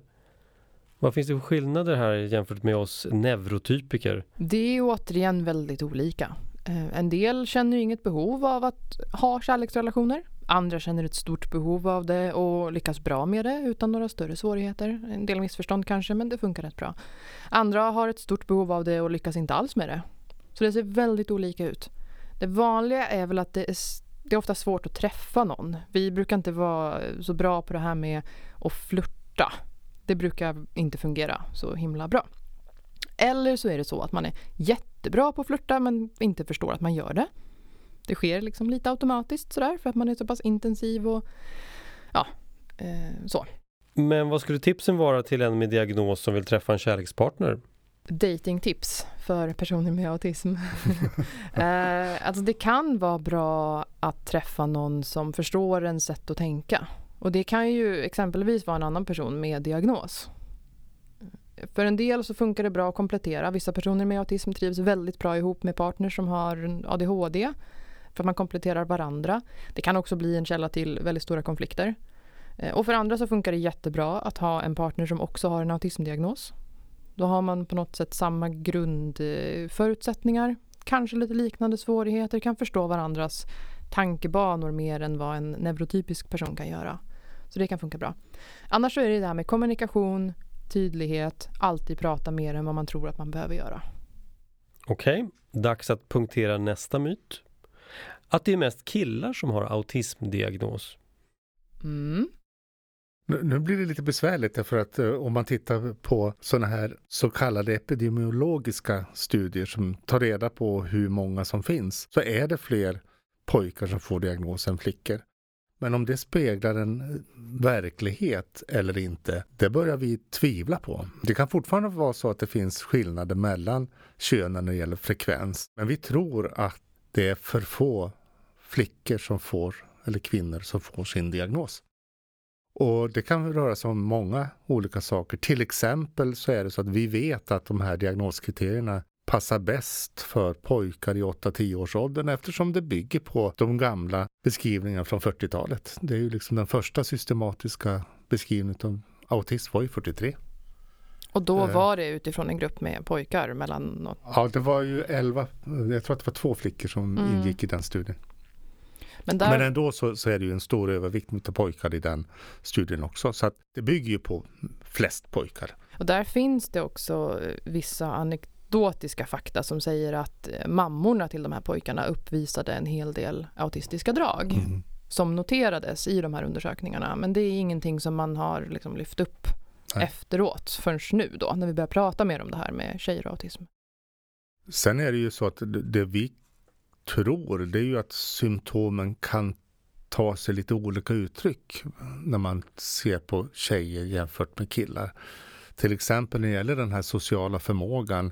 Vad finns det för skillnader här jämfört med oss neurotypiker? Det är återigen väldigt olika. En del känner inget behov av att ha kärleksrelationer. Andra känner ett stort behov av det och lyckas bra med det utan några större svårigheter. En del missförstånd kanske, men det funkar rätt bra. Andra har ett stort behov av det och lyckas inte alls med det. Så det ser väldigt olika ut. Det vanliga är väl att det är, det är ofta svårt att träffa någon. Vi brukar inte vara så bra på det här med att flirta. Det brukar inte fungera så himla bra. Eller så är det så att man är jättebra på att flirta men inte förstår att man gör det. Det sker liksom lite automatiskt sådär för att man är så pass intensiv och ja, eh, så. Men vad skulle tipsen vara till en med diagnos som vill träffa en kärlekspartner? Datingtips för personer med autism. eh, alltså det kan vara bra att träffa någon som förstår en sätt att tänka. Och det kan ju exempelvis vara en annan person med diagnos. För en del så funkar det bra att komplettera. Vissa personer med autism trivs väldigt bra ihop med partners som har A D H D. För att man kompletterar varandra. Det kan också bli en källa till väldigt stora konflikter. Och för andra så funkar det jättebra att ha en partner som också har en autismdiagnos. Då har man på något sätt samma grundförutsättningar. Kanske lite liknande svårigheter. Kan förstå varandras tankebanor mer än vad en neurotypisk person kan göra. Så det kan funka bra. Annars så är det det här med kommunikation, tydlighet, alltid prata mer än vad man tror att man behöver göra. Okej, dags att punktera nästa myt. Att det är mest killar som har autismdiagnos. Mm. Nu, nu blir det lite besvärligt därför att uh, om man tittar på sådana här så kallade epidemiologiska studier som tar reda på hur många som finns, så är det fler pojkar som får diagnos än flickor. Men om det speglar en verklighet eller inte, det börjar vi tvivla på. Det kan fortfarande vara så att det finns skillnader mellan könen när det gäller frekvens. Men vi tror att det är för få flickor som får, eller kvinnor som får sin diagnos. Och det kan röra sig om många olika saker. Till exempel så är det så att vi vet att de här diagnoskriterierna passar bäst för pojkar i åtta till tio års åldern eftersom det bygger på de gamla beskrivningarna från fyrtiotalet. Det är ju liksom den första systematiska beskrivningen av autism var ju fyrtiotre. Och då var det utifrån en grupp med pojkar mellan något... Ja, det var ju elva, jag tror att det var två flickor som mm. ingick i den studien. Men, där... Men ändå så, så är det ju en stor övervikt mot pojkar i den studien också. Så att det bygger ju på flest pojkar. Och där finns det också vissa anekdotiska fakta som säger att mammorna till de här pojkarna uppvisade en hel del autistiska drag. Mm. Som noterades i de här undersökningarna. Men det är ingenting som man har liksom lyft upp Nej. efteråt förrän nu då. När vi börjar prata mer om det här med tjejer och autism. Sen är det ju så att det, det vi tror, det är ju att symptomen kan ta sig lite olika uttryck när man ser på tjejer jämfört med killar. Till exempel när det gäller den här sociala förmågan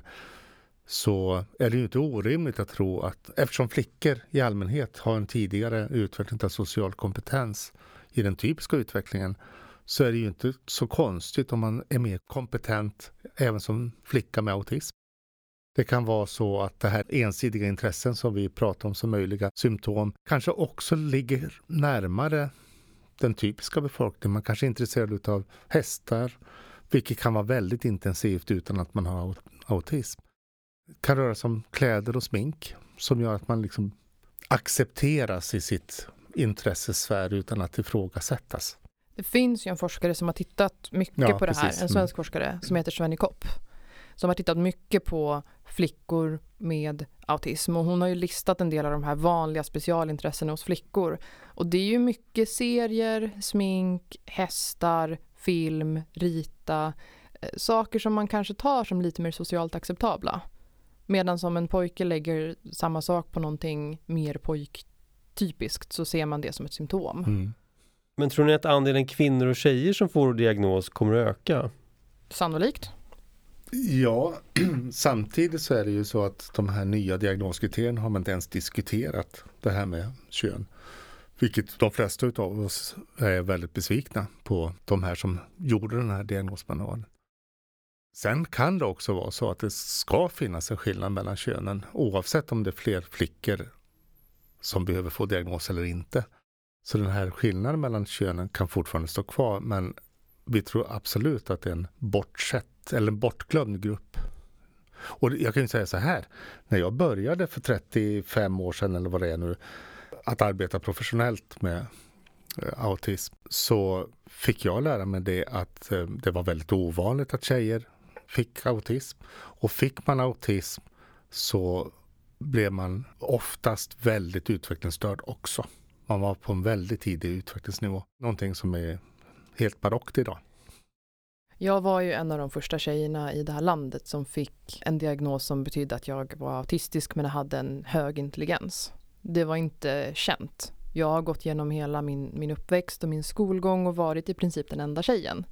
så är det ju inte orimligt att tro att eftersom flickor i allmänhet har en tidigare utveckling av social kompetens i den typiska utvecklingen, så är det ju inte så konstigt om man är mer kompetent även som flicka med autism. Det kan vara så att det här ensidiga intressen som vi pratar om som möjliga symptom kanske också ligger närmare den typiska befolkningen. Man kanske är intresserad av hästar, vilket kan vara väldigt intensivt utan att man har autism. Det kan röra sig om kläder och smink som gör att man liksom accepteras i sitt intressesfär utan att ifrågasättas. Det finns ju en forskare som har tittat mycket ja, på det här, precis. En svensk forskare som heter Svenny Kopp. Som har tittat mycket på flickor med autism. Och hon har ju listat en del av de här vanliga specialintressena hos flickor. Och det är ju mycket serier, smink, hästar, film, rita. Saker som man kanske tar som lite mer socialt acceptabla. Medan som en pojke lägger samma sak på någonting mer pojktypiskt så ser man det som ett symptom. Mm. Men tror ni att andelen kvinnor och tjejer som får diagnos kommer att öka? Sannolikt. Ja, samtidigt så är det ju så att de här nya diagnoskriterierna har man inte ens diskuterat det här med kön. Vilket de flesta av oss är väldigt besvikna på de här som gjorde den här diagnosmanualen. Sen kan det också vara så att det ska finnas en skillnad mellan könen oavsett om det är fler flickor som behöver få diagnos eller inte. Så den här skillnaden mellan könen kan fortfarande stå kvar, men vi tror absolut att det är en bortsett eller en bortglömd grupp. Och jag kan ju säga så här, när jag började för trettiofem år sedan eller vad det är nu att arbeta professionellt med autism, så fick jag lära mig det att det var väldigt ovanligt att tjejer fick autism. Och fick man autism så blev man oftast väldigt utvecklingsstörd också. Man var på en väldigt tidig utvecklingsnivå. Någonting som är helt barockt idag. Jag var ju en av de första tjejerna i det här landet som fick en diagnos som betydde att jag var autistisk men hade en hög intelligens. Det var inte känt. Jag har gått igenom hela min, min uppväxt och min skolgång och varit i princip den enda tjejen.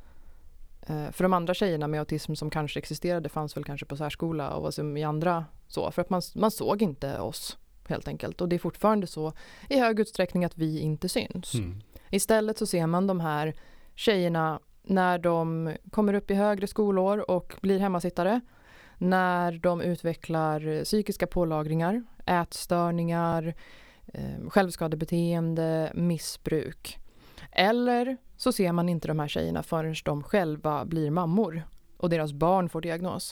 Eh, för de andra tjejerna med autism som kanske existerade fanns väl kanske på särskola och som i andra så. För att man, man såg inte oss helt enkelt. Och det är fortfarande så i hög utsträckning att vi inte syns. Mm. Istället så ser man de här tjejerna när de kommer upp i högre skolår och blir hemmasittare, när de utvecklar psykiska pålagringar, ätstörningar, eh, självskadebeteende, missbruk. Eller så ser man inte de här tjejerna förrän de själva blir mammor och deras barn får diagnos.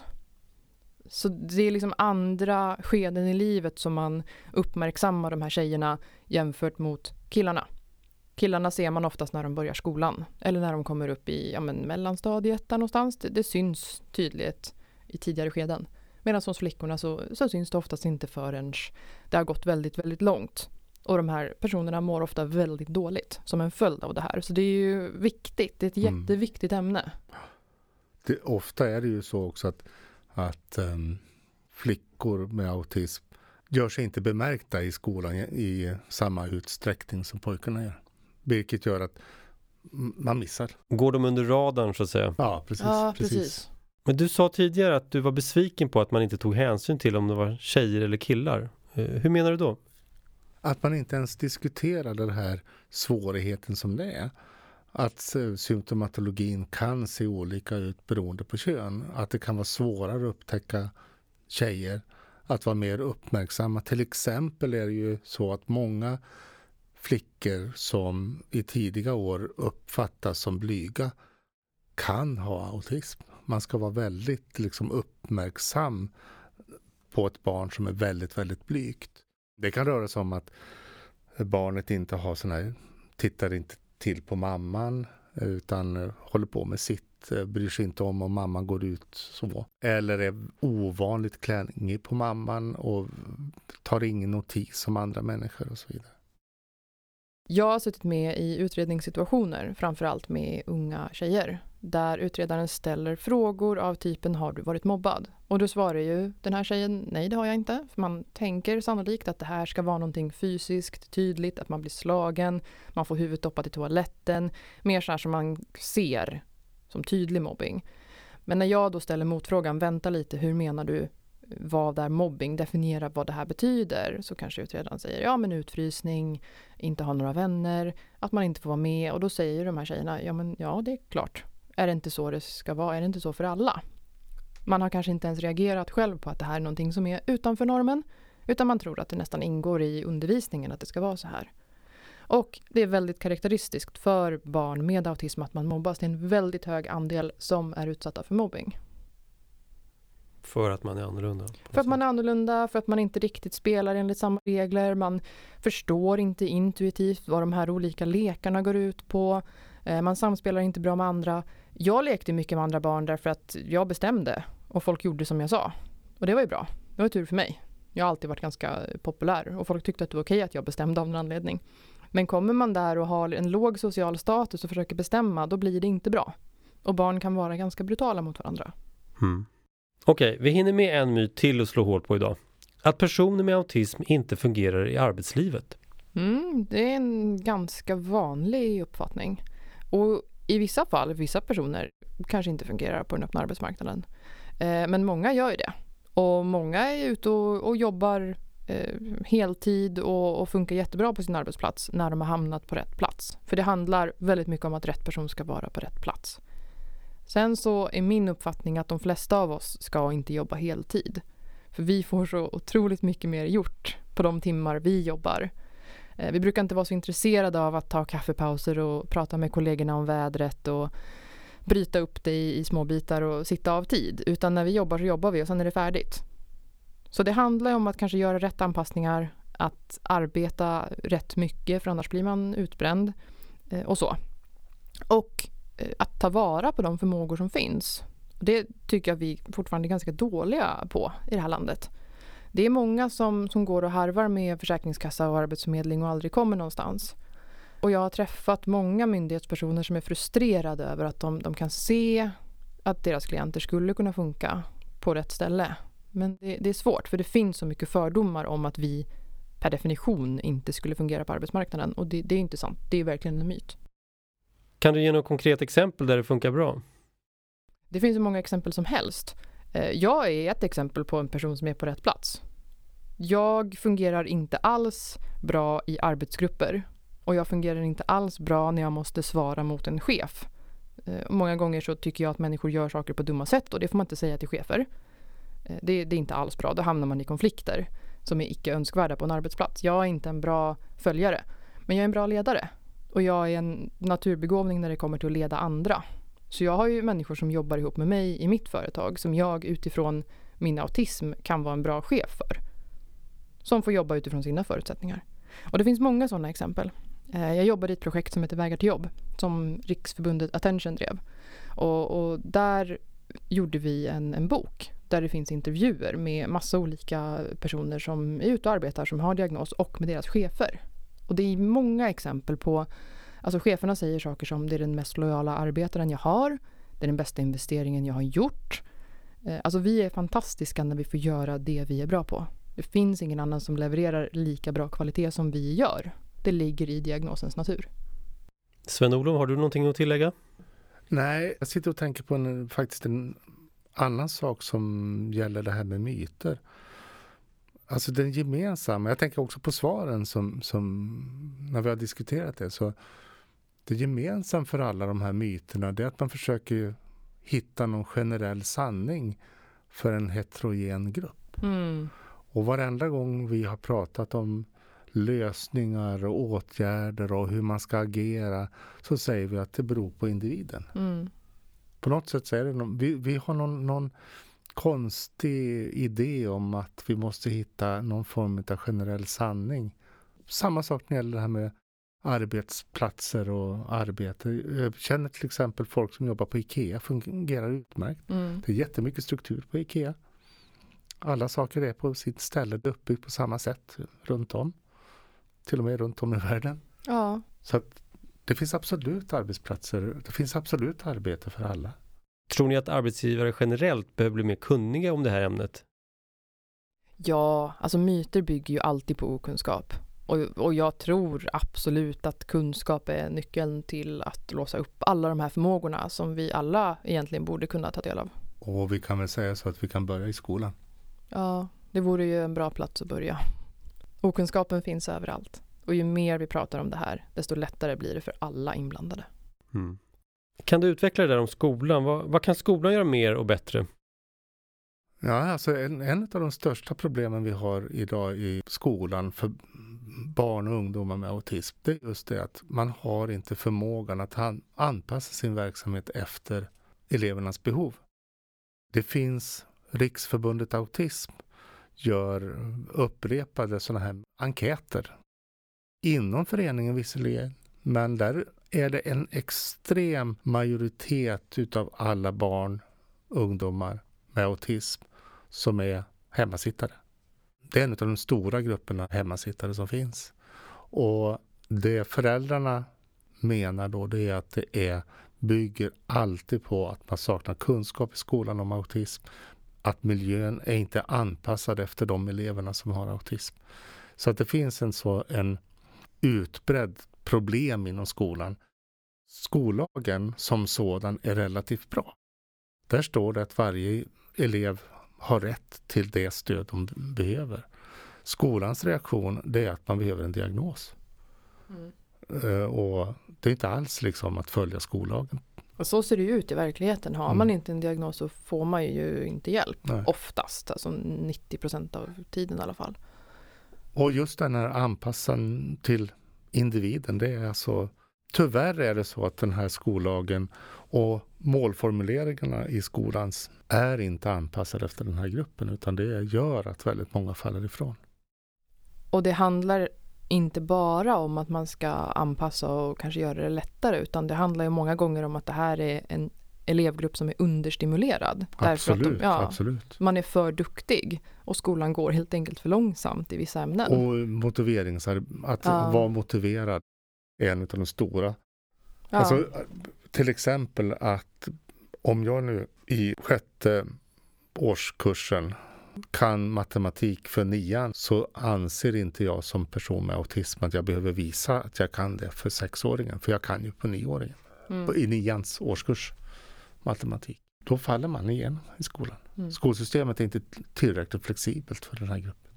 Så det är liksom andra skeden i livet som man uppmärksammar de här tjejerna jämfört mot killarna. Killarna ser man oftast när de börjar skolan eller när de kommer upp i ja, men mellanstadiet där någonstans. Det, det syns tydligt i tidigare skeden. Medan hos flickorna så, så syns det oftast inte förrän det har gått väldigt, väldigt långt. Och de här personerna mår ofta väldigt dåligt som en följd av det här. Så det är ju viktigt. Det är ett mm. jätteviktigt ämne. Det, ofta är det ju så också att, att um, flickor med autism gör sig inte bemärkta i skolan i, i samma utsträckning som pojkarna gör. Vilket gör att man missar. Går de under radarn så att säga? Ja, precis. Ja, precis. precis. Men du sa tidigare att du var besviken på att man inte tog hänsyn till om det var tjejer eller killar. Hur menar du då? Att man inte ens diskuterar den här svårigheten som det är. Att symptomatologin kan se olika ut beroende på kön. Att det kan vara svårare att upptäcka tjejer. Att vara mer uppmärksamma. Till exempel är det ju så att många flickor som i tidiga år uppfattas som blyga kan ha autism. Man ska vara väldigt liksom, uppmärksam på ett barn som är väldigt, väldigt blygt. Det kan röra sig om att barnet inte har sån här, tittar inte till på mamman utan håller på med sitt, bryr sig inte om om mamman går ut så. Eller är ovanligt klängig på mamman och tar ingen notis om andra människor och så vidare. Jag har suttit med i utredningssituationer, framförallt med unga tjejer, där utredaren ställer frågor av typen har du varit mobbad? Och då svarar ju den här tjejen nej det har jag inte. För man tänker sannolikt att det här ska vara någonting fysiskt, tydligt, att man blir slagen, man får huvudet doppat i toaletten, mer så här som man ser som tydlig mobbing. Men när jag då ställer motfrågan, vänta lite, hur menar du? Vad är mobbing? Definiera vad det här betyder. Så kanske utredaren säger ja men utfrysning, inte ha några vänner, att man inte får vara med. Och då säger de här tjejerna ja men ja det är klart. Är det inte så det ska vara? Är det inte så för alla? Man har kanske inte ens reagerat själv på att det här är någonting som är utanför normen. Utan man tror att det nästan ingår i undervisningen att det ska vara så här. Och det är väldigt karaktäristiskt för barn med autism att man mobbas. Det är en väldigt hög andel som är utsatta för mobbing. För att man är annorlunda? För att man är annorlunda, för att man inte riktigt spelar enligt samma regler. Man förstår inte intuitivt vad de här olika lekarna går ut på. Man samspelar inte bra med andra. Jag lekte mycket med andra barn därför att jag bestämde och folk gjorde som jag sa. Och det var ju bra. Det var tur för mig. Jag har alltid varit ganska populär och folk tyckte att det var okej att jag bestämde av någon anledning. Men kommer man där och har en låg social status och försöker bestämma, då blir det inte bra. Och barn kan vara ganska brutala mot varandra. Mm. Okej, okay, vi hinner med en myt till att slå hål på idag. Att personer med autism inte fungerar i arbetslivet. Mm, det är en ganska vanlig uppfattning. Och i vissa fall, vissa personer kanske inte fungerar på den öppna arbetsmarknaden. Eh, men många gör ju det. Och många är ute och, och jobbar eh, heltid och, och funkar jättebra på sin arbetsplats när de har hamnat på rätt plats. För det handlar väldigt mycket om att rätt person ska vara på rätt plats. Sen så är min uppfattning att de flesta av oss ska inte jobba heltid. För vi får så otroligt mycket mer gjort på de timmar vi jobbar. Vi brukar inte vara så intresserade av att ta kaffepauser och prata med kollegorna om vädret och bryta upp det i, i små bitar och sitta av tid. Utan när vi jobbar så jobbar vi och sen är det färdigt. Så det handlar om att kanske göra rätt anpassningar, att arbeta rätt mycket för annars blir man utbränd och så. Och att ta vara på de förmågor som finns. Det tycker jag vi fortfarande är ganska dåliga på i det här landet. Det är många som, som går och harvar med försäkringskassa och arbetsförmedling och aldrig kommer någonstans. Och jag har träffat många myndighetspersoner som är frustrerade över att de, de kan se att deras klienter skulle kunna funka på rätt ställe. Men det, det är svårt för det finns så mycket fördomar om att vi per definition inte skulle fungera på arbetsmarknaden. Och det, det är inte sant. Det är verkligen en myt. Kan du ge något konkret exempel där det funkar bra? Det finns så många exempel som helst. Jag är ett exempel på en person som är på rätt plats. Jag fungerar inte alls bra i arbetsgrupper. Och jag fungerar inte alls bra när jag måste svara mot en chef. Och många gånger så tycker jag att människor gör saker på dumma sätt och det får man inte säga till chefer. Det, det är inte alls bra. Då hamnar man i konflikter som är icke önskvärda på en arbetsplats. Jag är inte en bra följare, men jag är en bra ledare. Och jag är en naturbegåvning när det kommer till att leda andra. Så jag har ju människor som jobbar ihop med mig i mitt företag som jag utifrån min autism kan vara en bra chef för. Som får jobba utifrån sina förutsättningar. Och det finns många sådana exempel. Jag jobbade i ett projekt som heter Vägar till jobb som Riksförbundet Attention drev. Och, och där gjorde vi en, en bok där det finns intervjuer med massa olika personer som är ute och arbetar som har diagnos och med deras chefer. Och det är många exempel på, alltså cheferna säger saker som det är den mest lojala arbetaren jag har, det är den bästa investeringen jag har gjort. Alltså vi är fantastiska när vi får göra det vi är bra på. Det finns ingen annan som levererar lika bra kvalitet som vi gör. Det ligger i diagnosens natur. Sven-Olof, har du någonting att tillägga? Nej, jag sitter och tänker på en, faktiskt en annan sak som gäller det här med myter. Alltså den gemensamma, jag tänker också på svaren som, som när vi har diskuterat det. Så det gemensamma för alla de här myterna det är att man försöker hitta någon generell sanning för en heterogen grupp. Mm. Och varenda gång vi har pratat om lösningar och åtgärder och hur man ska agera så säger vi att det beror på individen. Mm. På något sätt så är det någon, vi, vi har någon, någon konstig idé om att vi måste hitta någon form av generell sanning. Samma sak när det gäller det här med arbetsplatser och arbete. Jag känner till exempel folk som jobbar på IKEA fungerar utmärkt. Mm. Det är jättemycket struktur på IKEA. Alla saker är på sitt ställe uppbyggt på samma sätt runt om. Till och med runt om i världen. Ja. Så att det finns absolut arbetsplatser, det finns absolut arbete för alla. Tror ni att arbetsgivare generellt behöver bli mer kunniga om det här ämnet? Ja, alltså myter bygger ju alltid på okunskap. Och, och jag tror absolut att kunskap är nyckeln till att låsa upp alla de här förmågorna som vi alla egentligen borde kunna ta del av. Och vi kan väl säga så att vi kan börja i skolan. Ja, det vore ju en bra plats att börja. Okunskapen finns överallt. Och ju mer vi pratar om det här, desto lättare blir det för alla inblandade. Mm. Kan du utveckla det där om skolan? Vad, vad kan skolan göra mer och bättre? Ja, alltså en, en av de största problemen vi har idag i skolan för barn och ungdomar med autism, det är just det att man har inte förmågan att han, anpassa sin verksamhet efter elevernas behov. Det finns Riksförbundet Autism gör upprepade sådana här enkäter inom föreningen visserligen, men där är det en extrem majoritet utav alla barn, ungdomar med autism som är hemmasittare. Det är en av de stora grupperna hemmasittare som finns. Och det föräldrarna menar då det är att det är, bygger alltid på att man saknar kunskap i skolan om autism. Att miljön är inte anpassad efter de eleverna som har autism. Så att det finns en så en utbredd problem inom skolan. Skollagen som sådan är relativt bra. Där står det att varje elev har rätt till det stöd de behöver. Skolans reaktion det är att man behöver en diagnos. Mm. Uh, och det är inte alls liksom att följa skollagen. Och så ser det ju ut i verkligheten. Har Mm. man inte en diagnos så får man ju inte hjälp. Nej. Oftast, alltså nittio procent av tiden i alla fall. Och just den här anpassen till individen, det är alltså tyvärr är det så att den här skollagen och målformuleringarna i skolans är inte anpassade efter den här gruppen, utan det gör att väldigt många faller ifrån. Och det handlar inte bara om att man ska anpassa och kanske göra det lättare, utan det handlar ju många gånger om att det här är en elevgrupp som är understimulerad. Absolut, därför att de, ja, absolut. man är för duktig och skolan går helt enkelt för långsamt i vissa ämnen. Och motiveringsarbete, att Ja. vara motiverad är en av de stora. Ja. Alltså, till exempel att om jag nu i sjätte årskursen kan matematik för nian, så anser inte jag som person med autism att jag behöver visa att jag kan det för sexåringen. För jag kan ju på nioåringen. Mm. I nians årskurs matematik. Då faller man igenom i skolan. Mm. Skolsystemet är inte tillräckligt flexibelt för den här gruppen.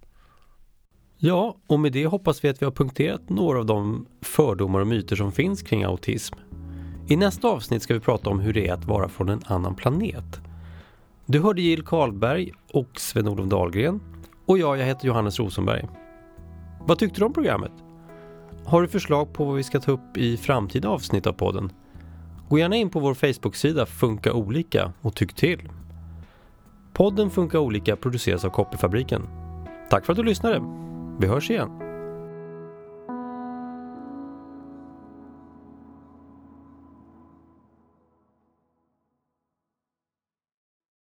Ja, och med det hoppas vi att vi har punkterat några av de fördomar och myter som finns kring autism. I nästa avsnitt ska vi prata om hur det är att vara från en annan planet. Du hörde Jill Karlberg och Sven-Olof Dahlgren och jag, jag heter Johannes Rosenberg. Vad tyckte du om programmet? Har du förslag på vad vi ska ta upp i framtida avsnitt av podden? Gå gärna in på vår Facebook-sida Funka Olika och tyck till. Podden Funka Olika produceras av Copyfabriken. Tack för att du lyssnade. Vi hörs igen.